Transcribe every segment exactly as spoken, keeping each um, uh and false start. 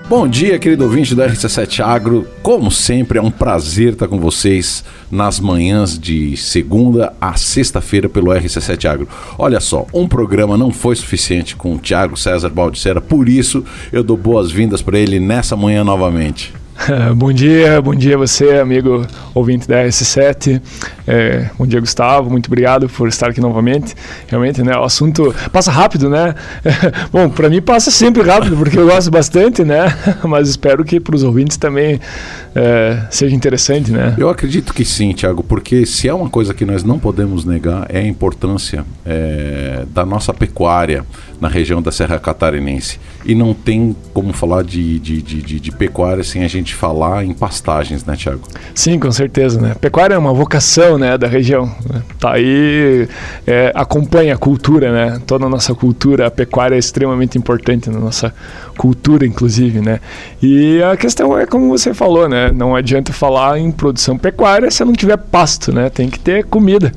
Bom dia, querido ouvinte da R C sete Agro. Como sempre, é um prazer estar com vocês nas manhãs de segunda a sexta-feira pelo R C sete Agro. Olha só, um programa não foi suficiente com o Thiago César Baldissera, por isso eu dou boas-vindas para ele nessa manhã novamente. Bom dia, bom dia você, amigo ouvinte da R C sete. É, bom dia, Gustavo, muito obrigado por estar aqui novamente. Realmente, né, o assunto passa rápido, né? Bom, para mim passa sempre rápido, porque eu gosto bastante, né? Mas espero que para os ouvintes também é, seja interessante, né? Eu acredito que sim, Thiago, porque se é uma coisa que nós não podemos negar é a importância é, da nossa pecuária na região da Serra Catarinense. E não tem como falar de, de, de, de, de pecuária sem a gente falar em pastagens, né, Thiago? Sim, com certeza, né? Pecuária é uma vocação, né, da região. Né? Tá aí, é, acompanha a cultura, né? Toda a nossa cultura, a pecuária é extremamente importante na nossa cultura, inclusive, né? E a questão é como você falou, né? Não adianta falar em produção pecuária se não tiver pasto, né? Tem que ter comida.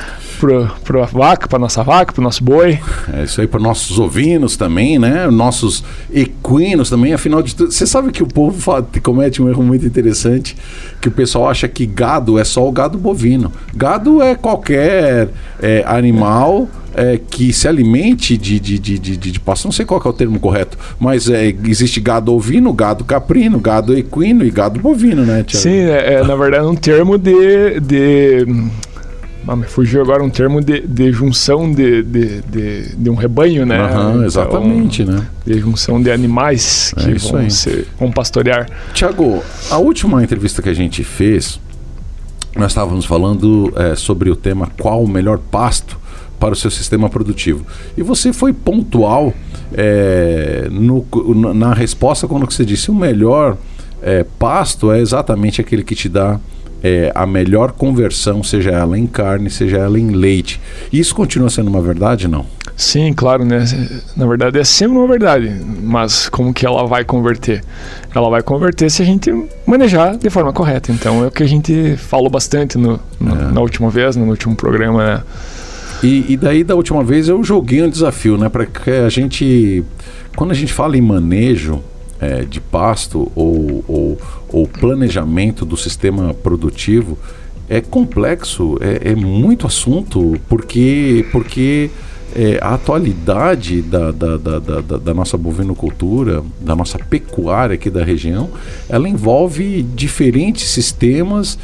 Para a vaca, para nossa vaca, para o nosso boi. É isso aí, para nossos ovinos também, né? Nossos equinos também, afinal de tudo. Você sabe que o povo fala, comete um erro muito interessante, que o pessoal acha que gado é só o gado bovino. Gado é qualquer é, animal é, que se alimente de, de, de, de, de, de pasto. Não sei qual que é o termo correto, mas é, existe gado ovino, gado caprino, gado equino e gado bovino, né, Thiago? Sim, é, é na verdade um termo de... de... Ah, me fugiu agora um termo de, de junção de, de, de, de um rebanho, né? Uhum, exatamente, então, né? De junção de animais que é vão, ser, vão pastorear. Tiago, a última entrevista que a gente fez, nós estávamos falando é, sobre o tema qual o melhor pasto para o seu sistema produtivo. E você foi pontual é, no, na resposta quando você disse o melhor é, pasto é exatamente aquele que te dá É, a melhor conversão, seja ela em carne, seja ela em leite. Isso continua sendo uma verdade, não? Sim, claro, né? Na verdade é sempre uma verdade, mas como que ela vai converter? Ela vai converter se a gente manejar de forma correta. Então é o que a gente falou bastante no, no, é. na última vez, no último programa, né? E, e daí da última vez eu joguei um desafio, né? Para que a gente, quando a gente fala em manejo É, de pasto ou, ou, ou planejamento do sistema produtivo, é complexo, é, é muito assunto, porque, porque é, a atualidade da, da, da, da, da nossa bovinocultura, da nossa pecuária aqui da região, ela envolve diferentes sistemas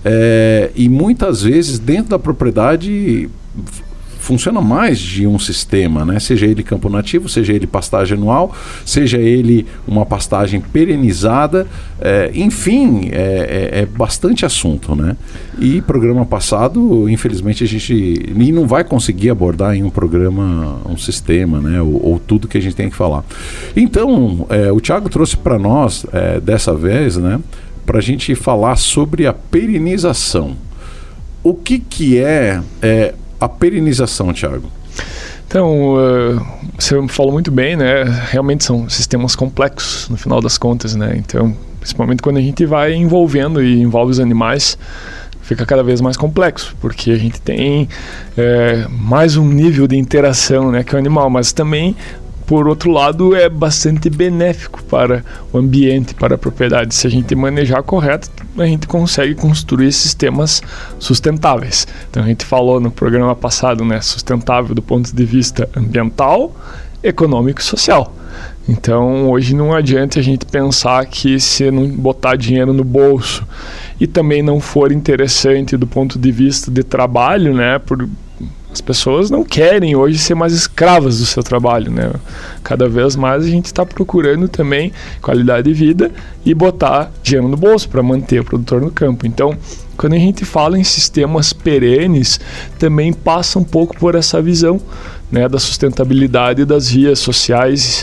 é, e muitas vezes dentro da propriedade funciona mais de um sistema, né? Seja ele campo nativo, seja ele pastagem anual, seja ele uma pastagem perenizada, é, enfim, é, é, é bastante assunto, né? E programa passado, infelizmente, a gente nem não vai conseguir abordar em um programa um sistema, né? Ou, ou tudo que a gente tem que falar. Então, é, o Thiago trouxe para nós, é, dessa vez, né? Para a gente falar sobre a perenização. O que que é... é a perenização, Thiago? Então, uh, você falou muito bem, né? Realmente são sistemas complexos, no final das contas, né? Então, principalmente quando a gente vai envolvendo e envolve os animais, fica cada vez mais complexo, porque a gente tem é, mais um nível de interação, né, que o animal, mas também, por outro lado, é bastante benéfico para o ambiente, para a propriedade. Se a gente manejar correto, a gente consegue construir sistemas sustentáveis. Então a gente falou no programa passado, né, sustentável do ponto de vista ambiental, econômico e social. Então hoje não adianta a gente pensar que se não botar dinheiro no bolso e também não for interessante do ponto de vista de trabalho, né, por as pessoas não querem hoje ser mais escravas do seu trabalho, né? Cada vez mais a gente está procurando também qualidade de vida e botar dinheiro no bolso para manter o produtor no campo. Então, quando a gente fala em sistemas perenes, também passa um pouco por essa visão, né, da sustentabilidade das vias sociais,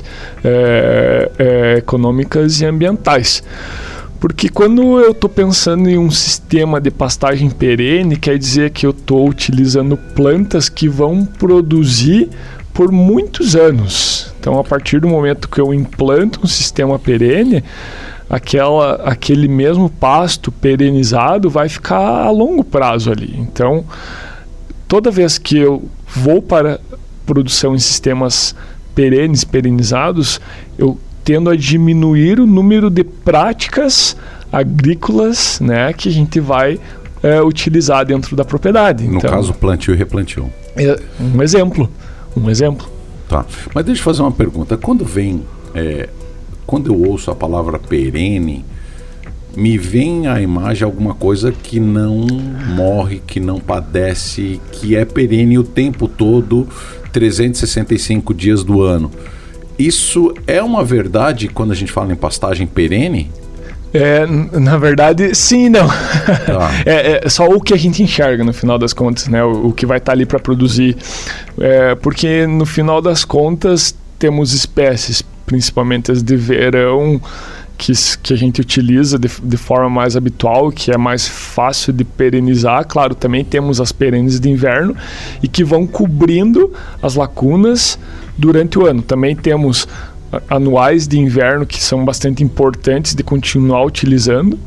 é, é, econômicas e ambientais. Porque quando eu estou pensando em um sistema de pastagem perene, quer dizer que eu estou utilizando plantas que vão produzir por muitos anos. Então, a partir do momento que eu implanto um sistema perene, aquela, aquele mesmo pasto perenizado vai ficar a longo prazo ali. Então, toda vez que eu vou para produção em sistemas perenes, perenizados, eu tendo a diminuir o número de práticas agrícolas, né, que a gente vai é, utilizar dentro da propriedade. No então, caso, plantio e replantio. É um exemplo, um exemplo. Tá, mas deixa eu fazer uma pergunta. Quando vem, é, quando eu ouço a palavra perene, me vem à imagem alguma coisa que não morre, que não padece, que é perene o tempo todo, trezentos e sessenta e cinco dias do ano. Isso é uma verdade quando a gente fala em pastagem perene? É, na verdade, sim e não. Tá. é, é só o que a gente enxerga no final das contas, né? O, o que vai estar ali para produzir. É, porque no final das contas temos espécies, principalmente as de verão, que, que a gente utiliza de, de forma mais habitual, que é mais fácil de perenizar. Claro, também temos as perenes de inverno e que vão cobrindo as lacunas durante o ano. Também temos anuais de inverno que são bastante importantes de continuar utilizando.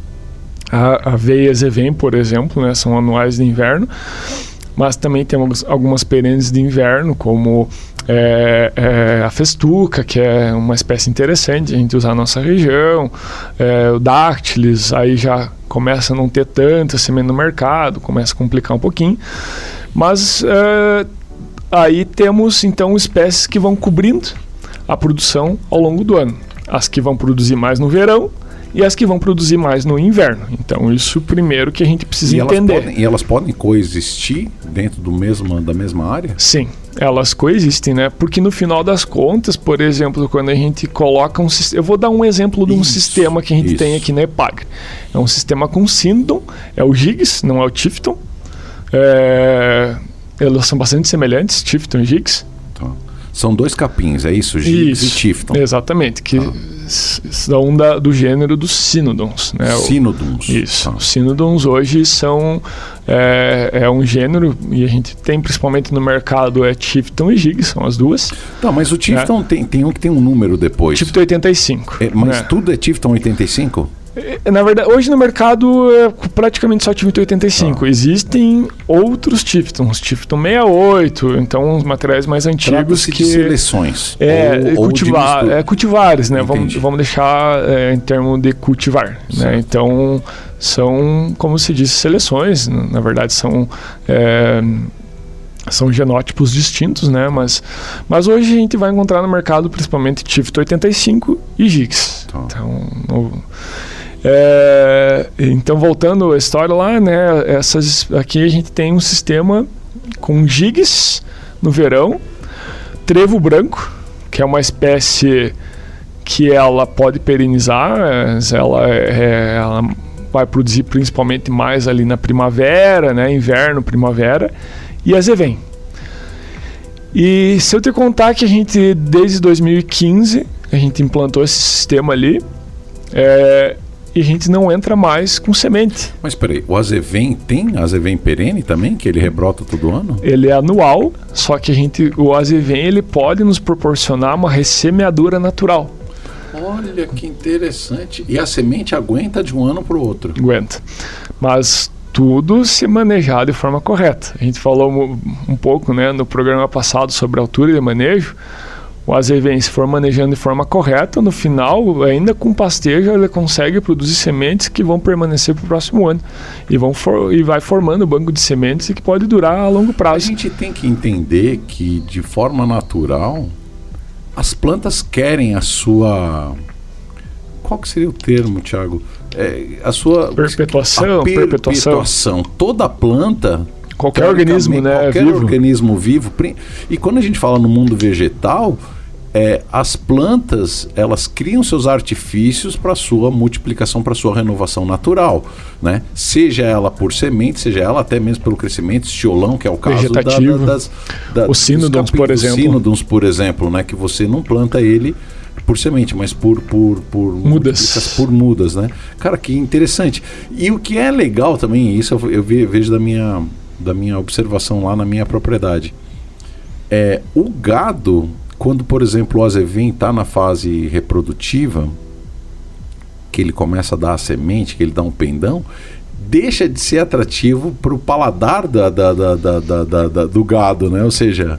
A aveia e a zevém, por exemplo, né, são anuais de inverno, mas também temos algumas perenes de inverno, como é, é, a festuca, que é uma espécie interessante a gente usar na nossa região, é, o dáctilis, aí já começa a não ter tanta semente no mercado, começa a complicar um pouquinho, mas é, aí temos então espécies que vão cobrindo a produção ao longo do ano. As que vão produzir mais no verão e as que vão produzir mais no inverno. Então, isso primeiro que a gente precisa e entender. Elas podem, e elas podem coexistir dentro do mesmo, da mesma área? Sim, elas coexistem, né? Porque no final das contas, por exemplo, quando a gente coloca um sistema... Eu vou dar um exemplo de um isso, sistema que a gente isso. tem aqui na EPAGRE. É um sistema com Synodon, é o Gigs, não é o Tifton. É... Elas são bastante semelhantes, Tifton e Gigs. Tá. São dois capins, é isso? Gigs isso, e Tifton. Exatamente, que ah. são da, do gênero dos Synodons. Né? Synodons. Isso. Ah. Os Synodons hoje são é, é um gênero, e a gente tem principalmente no mercado é Tifton e Gigs, são as duas. Tá, mas o Tifton é. tem, tem um que tem um número depois. Tifton oitenta e cinco. É, mas né? tudo é Tifton oitenta e cinco? Na verdade, hoje no mercado é praticamente só Tifton oitenta e cinco. Ah. Existem outros Tiftons, Tifton sessenta e oito, então os materiais mais antigos que... de seleções. É, ou, cultivar, ou de é cultivares, né? Vamos, vamos deixar é, em termos de cultivar, né? Então, são, como se diz, seleções. Na verdade, são... É, são genótipos distintos, né? Mas, mas hoje a gente vai encontrar no mercado principalmente Tifton oitenta e cinco e Gigs. Tá. Então, no, é, então, voltando à história lá, né? Essas, aqui a gente tem um sistema com Gigs no verão, trevo branco, que é uma espécie que ela pode perenizar, ela, é, ela vai produzir principalmente mais ali na primavera, né? Inverno, primavera, e a zevém. E se eu te contar que a gente, desde dois mil e quinze, a gente implantou esse sistema ali, é, e a gente não entra mais com semente. Mas peraí, o azevém tem azevém perene também, que ele rebrota todo ano? Ele é anual, só que a gente, o azevém ele pode nos proporcionar uma ressemeadura natural. Olha que interessante. E a semente aguenta de um ano para o outro? Aguenta. Mas tudo se manejar de forma correta. A gente falou um, um pouco, né, no programa passado sobre altura de manejo. O azevém, se for manejando de forma correta, no final, ainda com pastejo, ele consegue produzir sementes que vão permanecer para o próximo ano. E, vão for, e vai formando um banco de sementes que pode durar a longo prazo. A gente tem que entender que, de forma natural, as plantas querem a sua... Qual que seria o termo, Thiago? É, a sua... Perpetuação. A perpetuação. perpetuação. Toda planta... Qualquer organismo, né, qualquer vivo. organismo vivo. E quando a gente fala no mundo vegetal, é, as plantas, elas criam seus artifícios para sua multiplicação, para sua renovação natural, né? Seja ela por semente, seja ela até mesmo pelo crescimento, estiolão, que é o caso da, da, das, da, os Synodons, por exemplo. Os Synodons, por exemplo, né? Que você não planta ele por semente, mas por, por, por mudas. Por mudas, né? Cara, que interessante. E o que é legal também, isso eu, eu vejo da minha... da minha observação lá na minha propriedade. É, o gado, quando, por exemplo, o azevém está na fase reprodutiva, que ele começa a dar a semente, que ele dá um pendão, deixa de ser atrativo para o paladar da, da, da, da, da, da, do gado, né? Ou seja,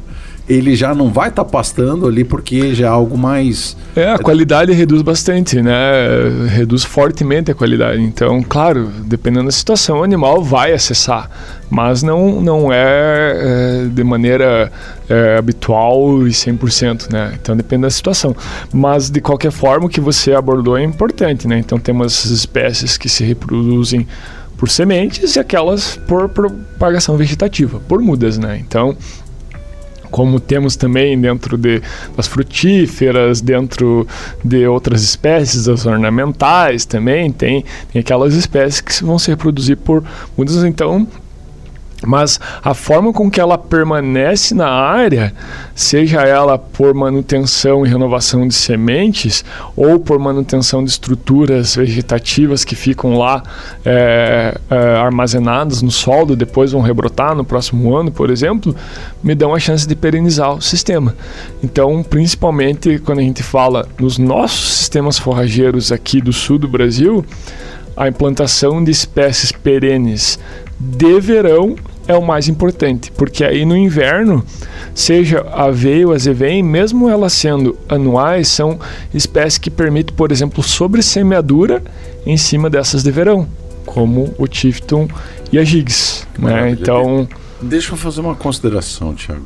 ele já não vai estar tá pastando ali porque já é algo mais... É, a qualidade reduz bastante, né? Reduz fortemente a qualidade. Então, claro, dependendo da situação, o animal vai acessar, mas não, não é, é de maneira é, habitual e cem por cento, né? Então, depende da situação. Mas, de qualquer forma, o que você abordou é importante, né? Então, temos espécies que se reproduzem por sementes e aquelas por propagação vegetativa, por mudas, né? Então, como temos também dentro de, das frutíferas, dentro de outras espécies, das ornamentais também, tem, tem aquelas espécies que vão se reproduzir por mudas, então... Mas a forma com que ela permanece na área, seja ela por manutenção e renovação de sementes ou por manutenção de estruturas vegetativas que ficam lá é, é, armazenadas no solo, depois vão rebrotar no próximo ano, por exemplo, me dão a chance de perenizar o sistema. Então, principalmente quando a gente fala nos nossos sistemas forrageiros aqui do sul do Brasil, a implantação de espécies perenes de verão é o mais importante, porque aí no inverno, seja a aveia ou a azevém, mesmo elas sendo anuais, são espécies que permitem, por exemplo, sobressemeadura em cima dessas de verão, como o Tifton e a Gigs, né? Então, deixa eu fazer uma consideração, Thiago.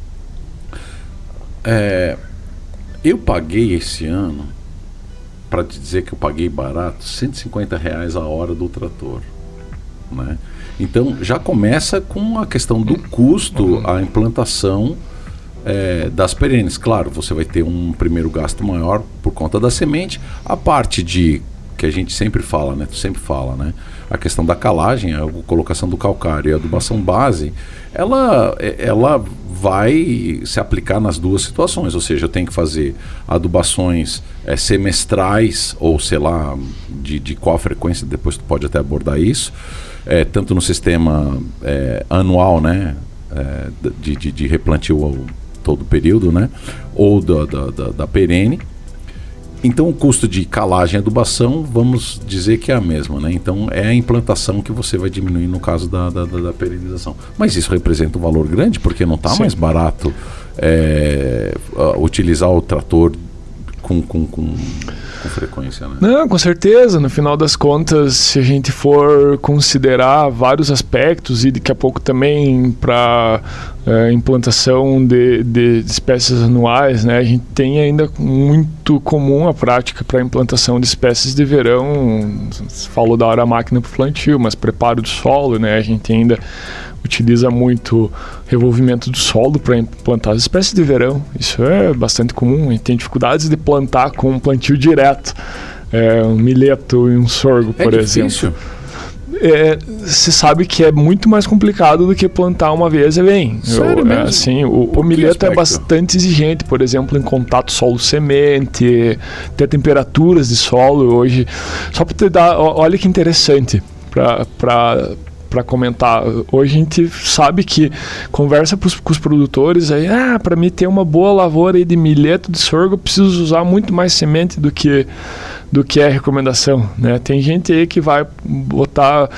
É, eu paguei esse ano, para te dizer que eu paguei barato, cento e cinquenta reais a hora do trator, né? Então já começa com a questão do custo, a implantação é, das perenes. Claro, você vai ter um primeiro gasto maior por conta da semente. A parte de, que a gente sempre fala, né? Tu sempre fala, né? A questão da calagem, a colocação do calcário e a adubação base, ela, ela vai se aplicar nas duas situações. Ou seja, eu tenho que fazer adubações é, semestrais, ou sei lá, de, de qual frequência, depois tu pode até abordar isso. É, tanto no sistema é, anual, né, é, de, de, de replantio ao, todo o período, né, ou da, da, da, da perene. Então o custo de calagem e adubação, vamos dizer que é a mesma, né? Então é a implantação que você vai diminuir no caso da, da, da perenização. Mas isso representa um valor grande, porque não está mais barato é, uh, utilizar o trator com... com, com com frequência, né? Não, com certeza. No final das contas, se a gente for considerar vários aspectos e daqui a pouco também para é, implantação de, de espécies anuais, né? A gente tem ainda muito comum a prática para implantação de espécies de verão. Você falou da hora máquina para o plantio, mas preparo do solo, né? A gente ainda utiliza muito revolvimento do solo para implantar as espécies de verão. Isso é bastante comum. A gente tem dificuldades de plantar com um plantio direto, é, um milheto e um sorgo, por é difícil. exemplo. É, você sabe que é muito mais complicado do que plantar uma vez e vem. Sério Eu, mesmo? É, assim, o, o milheto é bastante exigente, por exemplo, em contato solo-semente, ter temperaturas de solo hoje. Só para te dar, olha que interessante para para comentar. Hoje a gente sabe que conversa pros, com os produtores aí, ah, para mim ter uma boa lavoura aí de milheto de sorgo, eu preciso usar muito mais semente do que do que é a recomendação, né? Tem gente aí que vai botar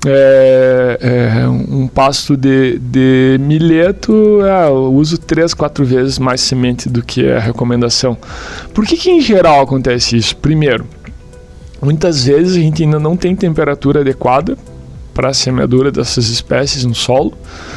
é, é, um pasto de, de milheto, ah, eu uso três, quatro vezes mais semente do que é a recomendação. Por que que em geral acontece isso? Primeiro, muitas vezes a gente ainda não tem temperatura adequada para a semeadura dessas espécies no solo.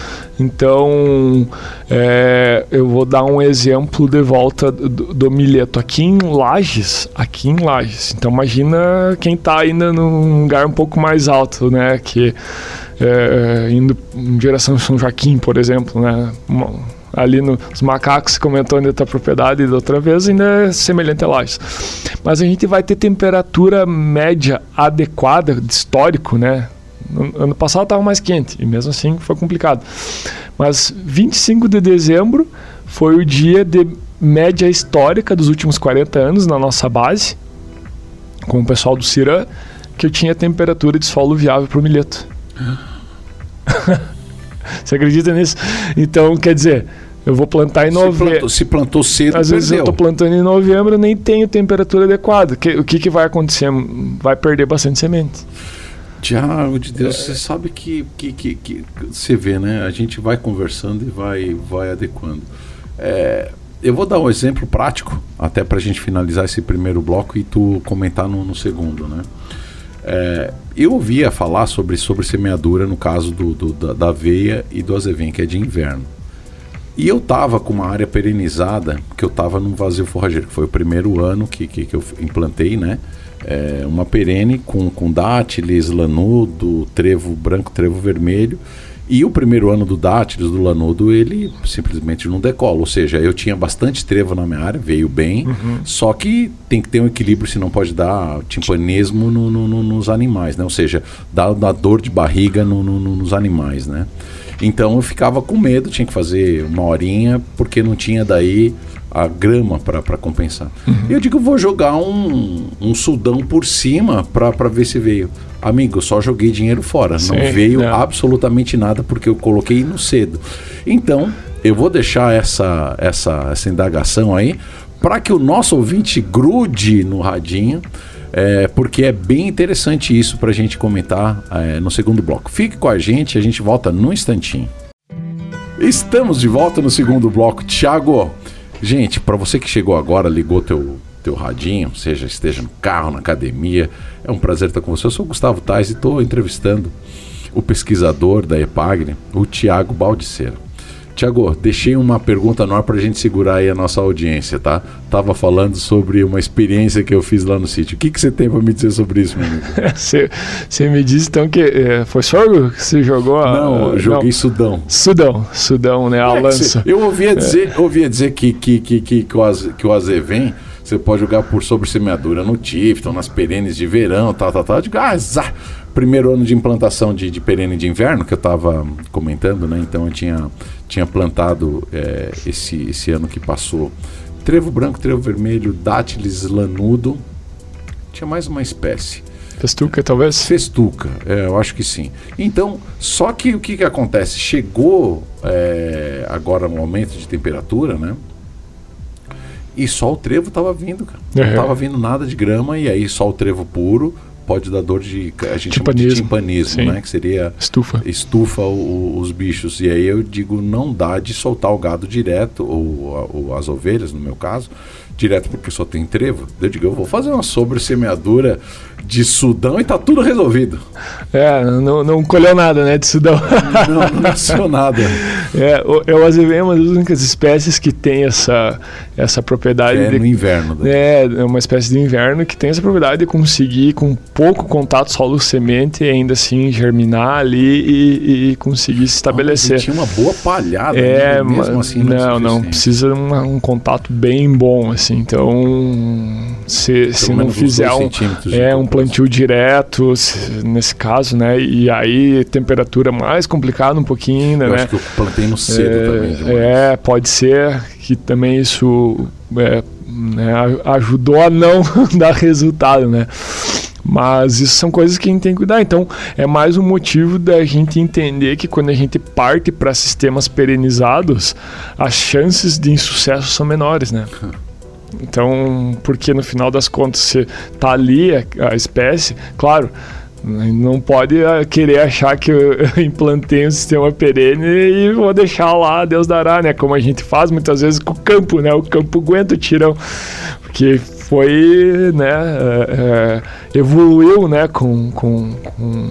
Então, é, eu vou dar um exemplo de volta do, do milheto. Aqui em Lages, aqui em Lages. Então, imagina quem está ainda num lugar um pouco mais alto, né? Que, é, indo em direção a São Joaquim, por exemplo, né? Uma, ali nos macacos, comentou ainda da propriedade da outra vez, ainda é semelhante a Lages. Mas a gente vai ter temperatura média adequada, de histórico, né? Ano passado estava mais quente e mesmo assim foi complicado. Mas vinte e cinco de dezembro foi o dia de média histórica dos últimos quarenta anos na nossa base, com o pessoal do Ciran, que eu tinha temperatura de solo viável para o milheto. Você acredita nisso? Então, quer dizer, eu vou plantar em novembro. Se plantou cedo, às vezes eu estou plantando em novembro, nem tenho temperatura adequada. Que, o que, que vai acontecer? Vai perder bastante semente. Tiago de Deus, você sabe que, que, que, que você vê, né? A gente vai conversando e vai, vai adequando. É, eu vou dar um exemplo prático, até para a gente finalizar esse primeiro bloco e tu comentar no, no segundo, né? É, eu ouvia falar sobre, sobre semeadura no caso do, do, da, da aveia e do azevém, que é de inverno. E eu tava com uma área perenizada, que eu tava num vazio forrageiro, que foi o primeiro ano que, que, que eu implantei, né? É, uma perene com, com dátiles, lanudo, trevo branco, trevo vermelho. E o primeiro ano do dátiles, do lanudo, ele simplesmente não decola. Ou seja, eu tinha bastante trevo na minha área, veio bem, uhum. Só que tem que ter um equilíbrio, senão pode dar timpanismo no, no, no, nos animais, né? Ou seja, dá, dá dor de barriga no, no, nos animais, né? Então eu ficava com medo, tinha que fazer uma horinha, porque não tinha daí a grama para compensar. Uhum. E eu digo, eu vou jogar um, um sudão por cima para ver se veio. Amigo, eu só joguei dinheiro fora. Sim, não veio é. absolutamente nada, porque eu coloquei no cedo. Então, eu vou deixar essa, essa, essa indagação aí, para que o nosso ouvinte grude no radinho, é, porque é bem interessante isso para a gente comentar é, no segundo bloco. Fique com a gente, a gente volta num instantinho. Estamos de volta no segundo bloco. Thiago, gente, para você que chegou agora, ligou teu, teu radinho, seja esteja no carro, na academia, é um prazer estar com você. Eu sou o Gustavo Tais e estou entrevistando o pesquisador da EPAGRE, o Thiago Baldiceira. Thiago, deixei uma pergunta no ar para a gente segurar aí a nossa audiência, tá? Tava falando sobre uma experiência que eu fiz lá no sítio. O que, que você tem para me dizer sobre isso, meu amigo? Você me disse então que é, foi sorgo que você jogou? A, não, eu joguei não. Sudão. Sudão, Sudão, né? A é, lança. Cê, eu ouvia dizer, é. ouvia dizer que, que, que, que, que, o, az, que o azevém você pode jogar por sobre semeadura no Tifton, nas perenes de verão, tal, tal, tal. Eu digo, ah, zá. Primeiro ano de implantação de, de perene de inverno, que eu estava comentando, né? Então eu tinha, tinha plantado é, esse, esse ano que passou trevo branco, trevo vermelho, dátiles, lanudo. Tinha mais uma espécie. Festuca, talvez? Festuca, é, eu acho que sim. Então, só que o que, que acontece? Chegou é, agora um aumento de temperatura, né? E só o trevo estava vindo, cara. Não estava uhum. vindo nada de grama, e aí só o trevo puro pode dar dor de, a gente chama de timpanismo, né? Que seria estufa, estufa o, os bichos. E aí eu digo, não dá de soltar o gado direto, ou, ou as ovelhas, no meu caso, direto porque só tem trevo. Eu digo, eu vou fazer uma sobressemeadura de Sudão e tá tudo resolvido. É, não, não colheu nada, né, de Sudão. Não, não nasceu nada. É, o, o azevém é uma das únicas espécies que tem essa, essa propriedade... É de, no inverno. Daí. É, é uma espécie de inverno que tem essa propriedade de conseguir, com pouco contato solo-semente, ainda assim germinar ali e, e conseguir se estabelecer. Ah, tinha uma boa palhada, é, né? Mesmo assim não, não, precisa de uma, um contato bem bom, assim, então se, se não fizer um, é, um plantio direto, se, nesse caso, né, e aí temperatura mais complicada um pouquinho ainda, eu né. acho que eu plantei no cedo é, também. Demais. É, pode ser que também isso é, né, ajudou a não dar resultado, né. Mas isso são coisas que a gente tem que cuidar. Então, é mais um motivo da gente entender que quando a gente parte para sistemas perenizados, as chances de insucesso são menores, né? Então, porque no final das contas, você tá ali, a, a espécie, claro, não pode querer achar que eu implantei um sistema perene e vou deixar lá, Deus dará, né? Como a gente faz muitas vezes com o campo, né? O campo aguenta o tirão, porque foi, né, é, é, evoluiu, né, com, com, com,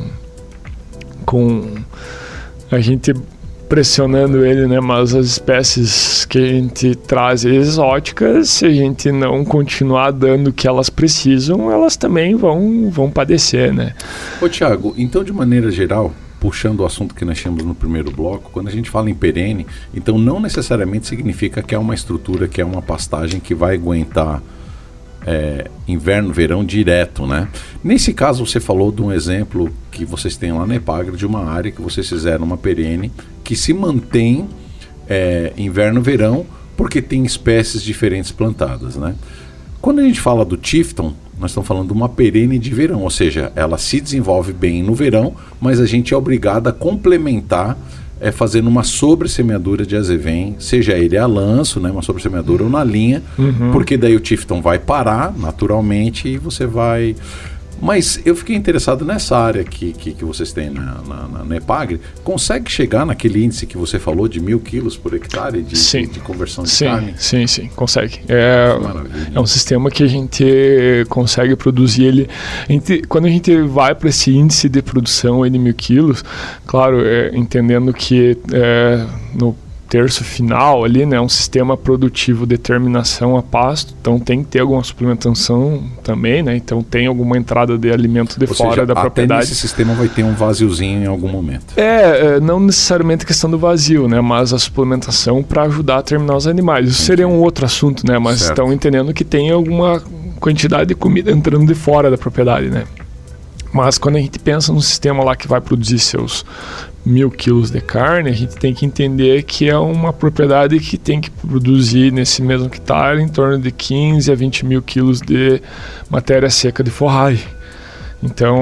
com a gente pressionando ele, né, mas as espécies que a gente traz exóticas, se a gente não continuar dando o que elas precisam, elas também vão, vão padecer, né. Ô Thiago, então de maneira geral, puxando o assunto que nós tínhamos no primeiro bloco, quando a gente fala em perene, então não necessariamente significa que é uma estrutura, que é uma pastagem que vai aguentar É, inverno, verão direto, né? Nesse caso você falou de um exemplo que vocês têm lá na EPAGRE, de uma área que vocês fizeram uma perene que se mantém é, inverno, verão, porque tem espécies diferentes plantadas, né? Quando a gente fala do Tifton, nós estamos falando de uma perene de verão, ou seja, ela se desenvolve bem no verão, mas a gente é obrigado a complementar é fazendo uma sobressemeadura de azevém, seja ele a lanço, né, uma sobressemeadura ou na linha, uhum. porque daí o Tifton vai parar naturalmente e você vai... Mas eu fiquei interessado nessa área que, que, que vocês têm na, na, na Epagre. Consegue chegar naquele índice que você falou de mil quilos por hectare de, de, de conversão de sim, carne? Sim, sim, consegue. É, é um sistema que a gente consegue produzir ele. A gente, quando a gente vai para esse índice de produção aí de mil quilos, claro, é, entendendo que é, no terço final ali, né, um sistema produtivo de terminação a pasto, então tem que ter alguma suplementação também, né, então tem alguma entrada de alimento de Ou fora seja, da até propriedade. Esse sistema vai ter um vaziozinho em algum momento. É, não necessariamente a questão do vazio, né, mas a suplementação para ajudar a terminar os animais. Isso seria um outro assunto, né, mas certo. Estão entendendo que tem alguma quantidade de comida entrando de fora da propriedade, né. Mas quando a gente pensa num sistema lá que vai produzir seus mil quilos de carne, a gente tem que entender que é uma propriedade que tem que produzir nesse mesmo hectare em torno de quinze a vinte mil quilos de matéria seca de forragem. Então,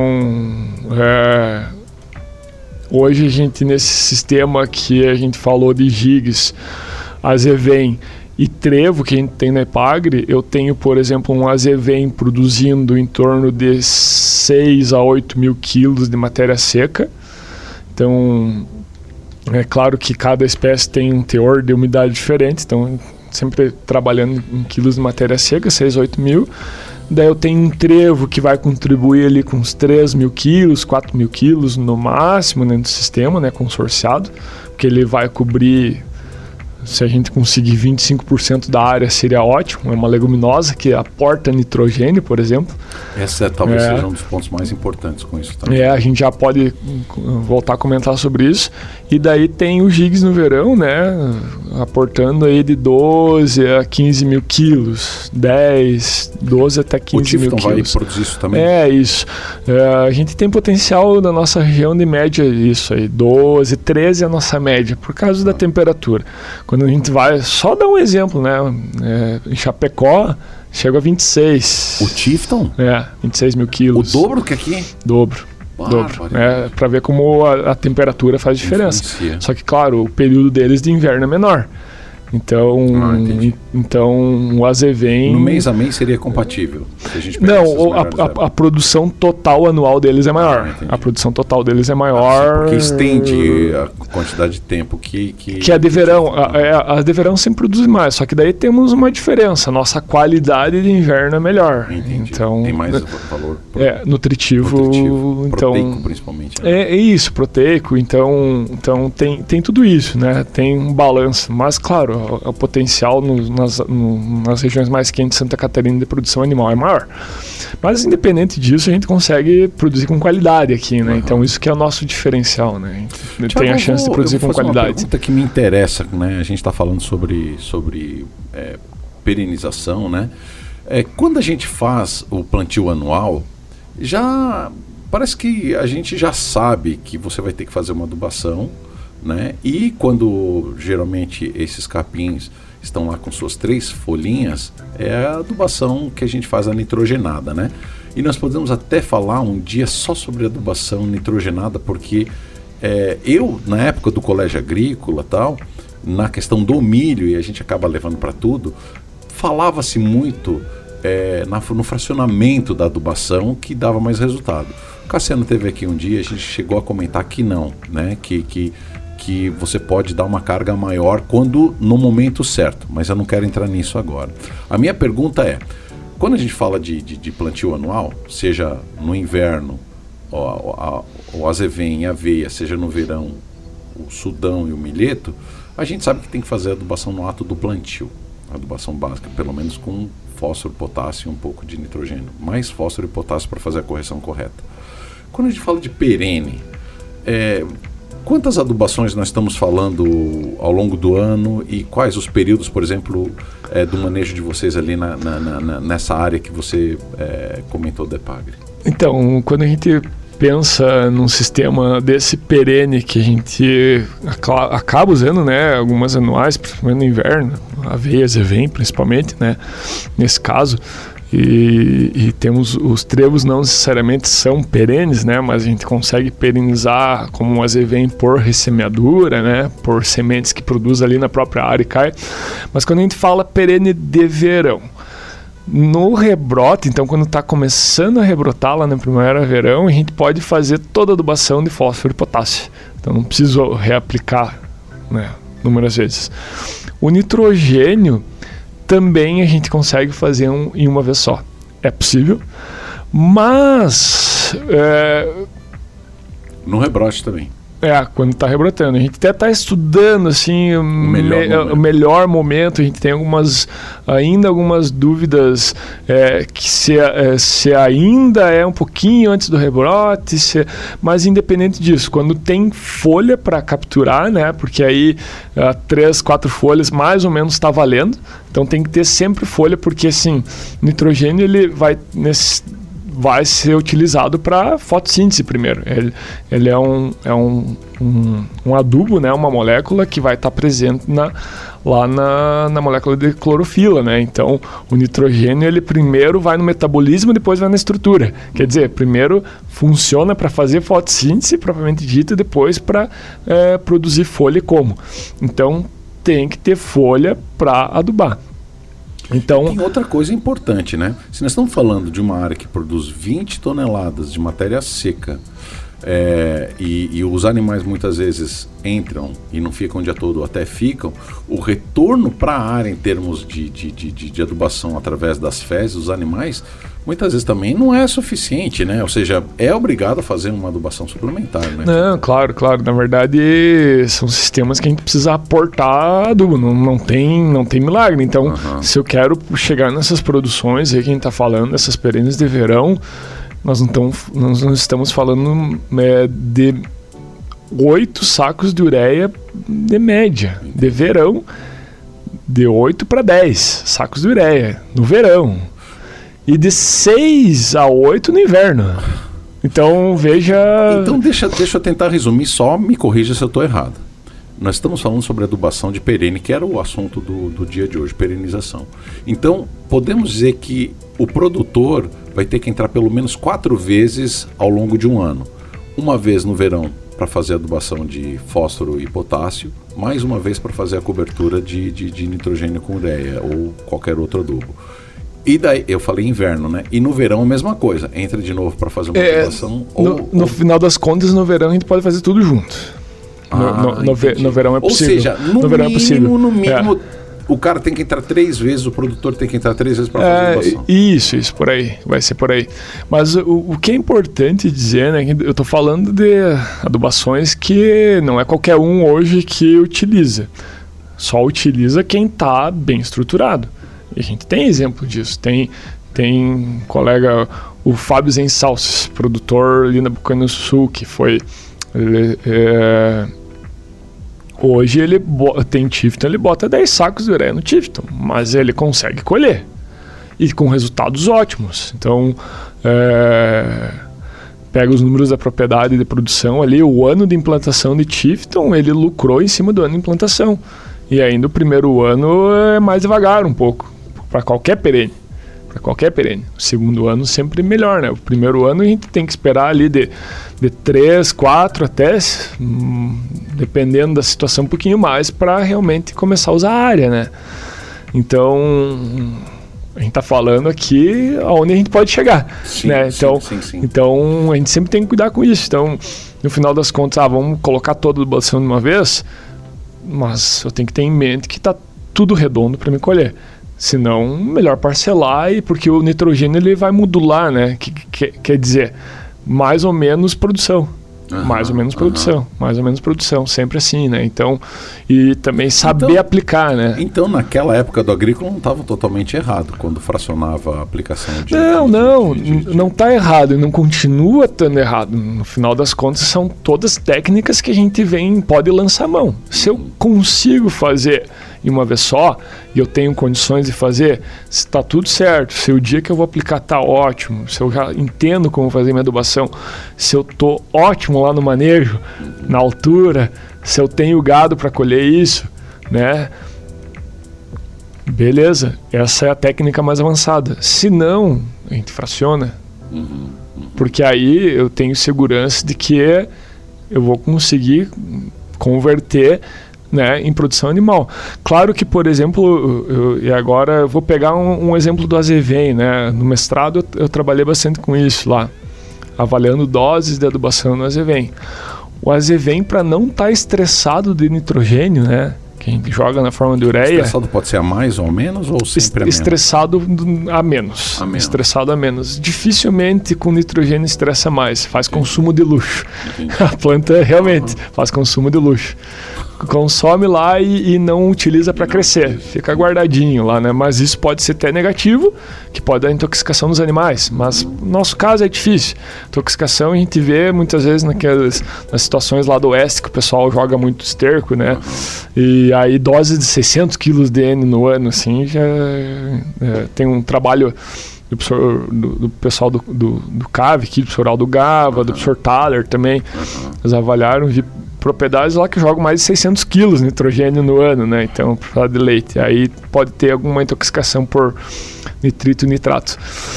é, hoje a gente nesse sistema que a gente falou de gigs, azevém e trevo que a gente tem na Epagre, eu tenho, por exemplo, um azevém produzindo em torno de seis a oito mil quilos de matéria seca. Então, é claro que cada espécie tem um teor de umidade diferente, então sempre trabalhando em quilos de matéria seca, seis a oito mil. Daí eu tenho um trevo que vai contribuir ali com uns três mil quilos, quatro mil quilos no máximo dentro do sistema, né, consorciado, porque ele vai cobrir, se a gente conseguir vinte e cinco por cento da área seria ótimo. É uma leguminosa que aporta nitrogênio, por exemplo. Essa é, talvez é. seja um dos pontos mais importantes com isso também. É, a gente já pode voltar a comentar sobre isso. E daí tem o gigs no verão, né, aportando aí de doze a quinze mil quilos, dez, doze até quinze mil quilos. O Tifton vai produzir isso também? É, isso. É, a gente tem potencial na nossa região de média, isso aí, doze, treze é a nossa média, por causa da temperatura. Quando a gente vai, só dar um exemplo, né, é, em Chapecó, chega a vinte e seis. O Tifton? É, vinte e seis mil quilos. O dobro que aqui? Dobro. Dobro. É, para ver como a, a temperatura faz diferença. Influencia. Só que, claro, o período deles de inverno é menor. Então, ah, entendi. então o azevém... No mês a mês seria compatível? Se a gente não, a, a, a produção total anual deles é maior. Ah, a produção total deles é maior... Ah, porque estende a quantidade de tempo que... Que, que a de verão. A, a de verão sempre produz mais, só que daí temos uma diferença. Nossa qualidade de inverno é melhor. Entendi. Então, tem mais valor pro, é, nutritivo. nutritivo então, proteico, principalmente. Né? É, é isso, proteico. Então, então tem, tem tudo isso, né? Tem um balanço. Mas, claro, o potencial no, nas, no, nas regiões mais quentes de Santa Catarina de produção animal é maior. Mas independente disso, a gente consegue produzir com qualidade aqui, né? Uhum. Então isso que é o nosso diferencial, né? A gente Tiago, tem a chance vou, de produzir eu vou com fazer qualidade. Uma pergunta que me interessa, né? A gente está falando sobre, sobre é, perenização, né? É, quando a gente faz o plantio anual, já parece que a gente já sabe que você vai ter que fazer uma adubação, né? E quando geralmente esses capins estão lá com suas três folhinhas, é a adubação que a gente faz a nitrogenada, né? E nós podemos até falar um dia só sobre adubação nitrogenada, porque é, eu, na época do colégio agrícola tal, na questão do milho, e a gente acaba levando para tudo, falava-se muito é, na, no fracionamento da adubação que dava mais resultado. O Cassiano teve aqui um dia, a gente chegou a comentar que não, né? Que... que que você pode dar uma carga maior quando no momento certo, mas eu não quero entrar nisso agora. A minha pergunta é, quando a gente fala de, de, de plantio anual, seja no inverno, o, o azevém e a aveia, seja no verão, o sudão e o milheto, a gente sabe que tem que fazer a adubação no ato do plantio, a adubação básica, pelo menos com fósforo, potássio e um pouco de nitrogênio, mais fósforo e potássio para fazer a correção correta. Quando a gente fala de perene, é... quantas adubações nós estamos falando ao longo do ano e quais os períodos, por exemplo, é, do manejo de vocês ali na, na, na, nessa área que você é, comentou da Epagre? Então, quando a gente pensa num sistema desse perene que a gente acaba usando, né, algumas anuais, principalmente no inverno, aveia, azevém principalmente, né, nesse caso, E, e temos os trevos não necessariamente são perenes, né? Mas a gente consegue perenizar como um azevém por ressemeadura, né? Por sementes que produz ali na própria área e cai. Mas quando a gente fala perene de verão, No rebrote, então quando está começando a rebrotar lá na primavera, verão, a gente pode fazer toda a adubação de fósforo e potássio. Então não preciso reaplicar, né, inúmeras vezes. O nitrogênio também a gente consegue fazer um, em uma vez só. É possível, mas... É, no rebrote também. É, quando está rebrotando. A gente até está estudando assim, o melhor, me, o melhor momento. A gente tem algumas, ainda algumas dúvidas é, que se, é, se ainda é um pouquinho antes do rebrote, se, mas independente disso, quando tem folha para capturar, né, porque aí uh, três, quatro folhas mais ou menos está valendo. Então tem que ter sempre folha, porque assim, o nitrogênio ele vai nesse vai ser utilizado para fotossíntese primeiro. Ele, ele é, um, é um, um, um adubo, né, uma molécula que vai estar tá presente na, lá na, na molécula de clorofila, né? Então, o nitrogênio, ele primeiro vai no metabolismo, depois vai na estrutura. Quer dizer, primeiro funciona para fazer fotossíntese, propriamente dita, e depois para é, produzir folha e como. Então, tem que ter folha para adubar. Então, tem outra coisa importante, né? Se nós estamos falando de uma área que produz vinte toneladas de matéria seca é, e, e os animais muitas vezes entram e não ficam o dia todo, até ficam, o retorno para a área em termos de, de, de, de adubação através das fezes dos animais muitas vezes também não é suficiente, né? Ou seja, é obrigado a fazer uma adubação suplementar, né? Não, claro, claro. Na verdade, são sistemas que a gente precisa aportar adubo. Não, não, tem, não tem milagre. Então, uhum. se eu quero chegar nessas produções aí que a gente está falando, essas perenes de verão, nós não, tão, nós não estamos falando é, de oito sacos de ureia de média. De verão, de oito para dez sacos de ureia no verão. E de seis a oito no inverno. Então, veja... Então, deixa, deixa eu tentar resumir, só me corrija se eu estou errado. Nós estamos falando sobre adubação de perene, que era o assunto do, do dia de hoje, perenização. Então, podemos dizer que o produtor vai ter que entrar pelo menos quatro vezes ao longo de um ano. Uma vez no verão para fazer a adubação de fósforo e potássio, mais uma vez para fazer a cobertura de, de, de nitrogênio com ureia ou qualquer outro adubo. E daí, eu falei inverno, né? E no verão a mesma coisa. Entra de novo para fazer uma é, adubação. No, ou, no ou... final das contas, no verão a gente pode fazer tudo junto. No, ah, no, no, ve, no verão é possível. Ou seja, no, no verão verão mínimo, é possível. no mínimo, é. o cara tem que entrar três vezes, o produtor tem que entrar três vezes para fazer a adubação. É, isso, isso, por aí. Vai ser por aí. Mas o, o que é importante dizer, né? Que eu estou falando de adubações que não é qualquer um hoje que utiliza. Só utiliza quem está bem estruturado. E a gente tem exemplo disso. Tem... Tem um colega, o Fábio Zensalces, produtor ali na Bucana Sul, que foi... Ele, é, hoje ele bo, tem Tifton, ele bota dez sacos de ureia no Tifton, mas ele consegue colher. E com resultados ótimos. Então, é, pega os números da propriedade de produção ali, o ano de implantação de Tifton, ele lucrou em cima do ano de implantação. E ainda o primeiro ano é mais devagar um pouco, para qualquer perene. Para qualquer perene. O segundo ano sempre melhor, né? O primeiro ano a gente tem que esperar ali de, de três, quatro até, hum, dependendo da situação, um pouquinho mais para realmente começar a usar a área, né? Então, a gente está falando aqui aonde a gente pode chegar, sim, né? Então, sim, sim, sim. então, a gente sempre tem que cuidar com isso. Então, no final das contas, ah, vamos colocar toda a adubação de uma vez, mas eu tenho que ter em mente que está tudo redondo para me colher. Senão, melhor parcelar, e porque o nitrogênio ele vai modular, né? Que, que, quer dizer, mais ou menos produção. Uhum, mais ou menos produção. Uhum. Mais ou menos produção. Sempre assim, né? Então, e também saber então, aplicar, né? Então, naquela época do agrícola não estava totalmente errado, quando fracionava a aplicação de... Não, de, não. De, de, de... Não está errado. E não continua estando errado. No final das contas, são todas técnicas que a gente vem, pode lançar mão. Se eu consigo fazer... em uma vez só, e eu tenho condições de fazer, se está tudo certo, se o dia que eu vou aplicar está ótimo, se eu já entendo como fazer minha adubação, se eu estou ótimo lá no manejo, na altura, se eu tenho gado para colher isso, né? Beleza, essa é a técnica mais avançada. Se não, a gente fraciona. Porque aí eu tenho segurança de que eu vou conseguir converter né, em produção animal. Claro que, por exemplo, eu, e agora eu vou pegar um, um exemplo do azevém, né? No mestrado eu, eu trabalhei bastante com isso lá, avaliando doses de adubação no azevém. O azevém, para não estar tá estressado de nitrogênio, né, que a gente joga na forma de ureia... Estressado pode ser a mais ou a menos, ou sempre a menos? Estressado a menos. A menos. Estressado a menos. Dificilmente com nitrogênio estressa mais. Faz Entendi. consumo de luxo. Entendi. A planta realmente uhum. faz consumo de luxo. Consome lá e, e não utiliza para crescer. Fica guardadinho lá, né? Mas isso pode ser até negativo, que pode dar intoxicação nos animais. Mas no nosso caso é difícil. Intoxicação a gente vê muitas vezes naquelas, nas situações lá do oeste que o pessoal joga muito esterco, né? E aí doses de seiscentos quilos de N no ano, assim, já é, tem um trabalho do, professor, do, do pessoal do, do, do C A V, aqui, do professor Aldo Gava, do professor Thaler também. Eles avaliaram de propriedades lá que jogam mais de seiscentos quilos de nitrogênio no ano, né? Então, propriedade de leite. Aí pode ter alguma intoxicação por nitrito e nitrato.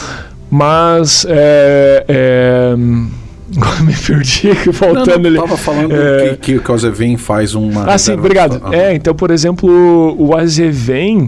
Mas, é, é, me perdi, voltando ali. Eu estava falando é, que, que o azevém faz uma... Ah, sim, obrigado. Ah. É, então, por exemplo, o azevém,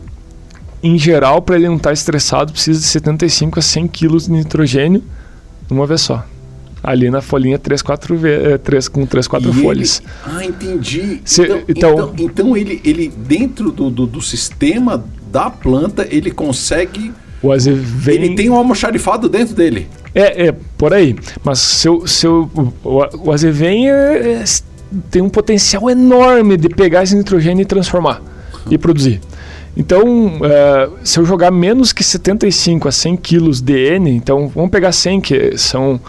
em geral, para ele não estar estressado, precisa de setenta e cinco a cem quilos de nitrogênio numa vez só. Ali na folhinha três, quatro, três, com três, quatro folhas. Ele, ah, entendi. Se, então, então, então, então ele, ele dentro do, do, do sistema da planta, ele consegue... O azevém... Ele tem um almoxarifado dentro dele. É, é, por aí. Mas seu, seu, o, o azevém é, é, tem um potencial enorme de pegar esse nitrogênio e transformar uhum. e produzir. Então, uh, se eu jogar menos que setenta e cinco a cem quilos de N, então vamos pegar cem, que são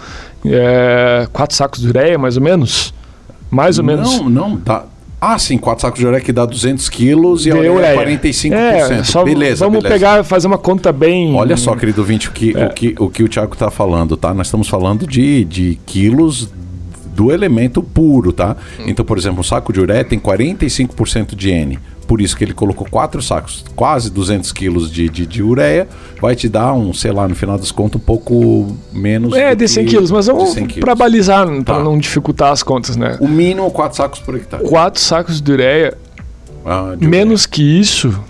uh, quatro sacos de ureia, mais ou menos? Mais ou não, menos. Não, não, dá... Ah, sim, quatro sacos de ureia que dá duzentos quilos e a ureia é quarenta e cinco por cento. É, só beleza, vamos beleza. pegar, fazer uma conta bem... Olha só, querido ouvinte, o que, é. o que, o que o Thiago está falando, tá? Nós estamos falando de, de quilos do elemento puro, tá? Então, por exemplo, um saco de ureia tem quarenta e cinco por cento de N. Por isso que ele colocou quatro sacos, quase duzentos quilos de, de, de ureia, vai te dar um, sei lá, no final das contas, um pouco menos... É, de cem quilos, mas vamos para balizar, tá. para não dificultar as contas, né? O mínimo, quatro sacos por hectare. Quatro sacos de ureia, ah, de menos ureia. Que isso,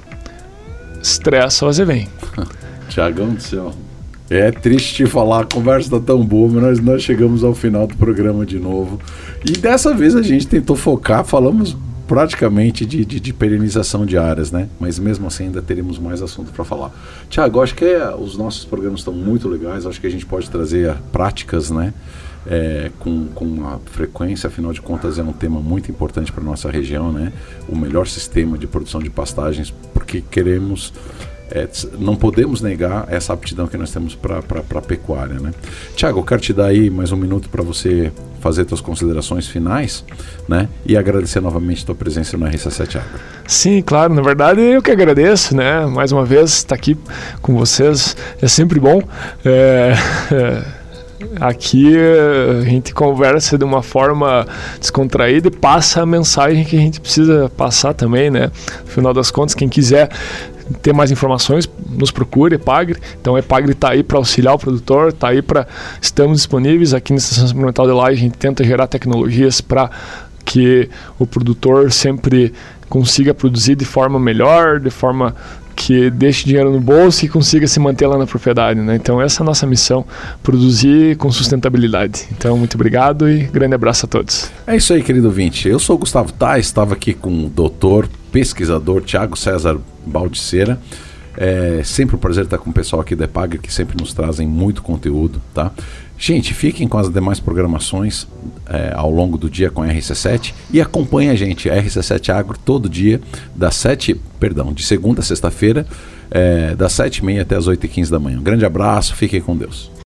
estressa o azevém. Tiagão do céu. É triste te falar, a conversa tá tão boa, mas nós, nós chegamos ao final do programa de novo. E dessa vez a gente tentou focar, falamos... praticamente de, de, de perenização de áreas, né? Mas mesmo assim ainda teremos mais assunto para falar. Tiago, acho que é, os nossos programas estão muito legais, acho que a gente pode trazer práticas, né? É, com, com uma frequência, afinal de contas é um tema muito importante para a nossa região, né? O melhor sistema de produção de pastagens, porque queremos... É, não podemos negar essa aptidão que nós temos para a pecuária, né? Tiago, eu quero te dar aí mais um minuto para você fazer suas considerações finais, né? E agradecer novamente a tua presença no R C sete Agro. Sim, claro, na verdade eu que agradeço, né? Mais uma vez estar aqui com vocês é sempre bom. É, é, aqui a gente conversa de uma forma descontraída e passa a mensagem que a gente precisa passar também, né? No final das contas, quem quiser ter mais informações, nos procure, Epagre. Então a Epagre está aí para auxiliar o produtor, está aí para... Estamos disponíveis aqui na Estação Experimental de Laje, a gente tenta gerar tecnologias para que o produtor sempre consiga produzir de forma melhor, de forma que deixe dinheiro no bolso e consiga se manter lá na propriedade, né? Então essa é a nossa missão, produzir com sustentabilidade. Então muito obrigado e grande abraço a todos. É isso aí, querido ouvinte. Eu sou o Gustavo Tais, estava aqui com o doutor, pesquisador Thiago César Baldiceira. É sempre um prazer estar com o pessoal aqui da Epagre, que sempre nos trazem muito conteúdo, tá? Gente, fiquem com as demais programações é, ao longo do dia com a R C sete e acompanhem a gente, a R C sete Agro, todo dia, das sete, perdão, de segunda a sexta-feira, é, das sete e meia até as oito e quinze da manhã. Um grande abraço, fiquem com Deus.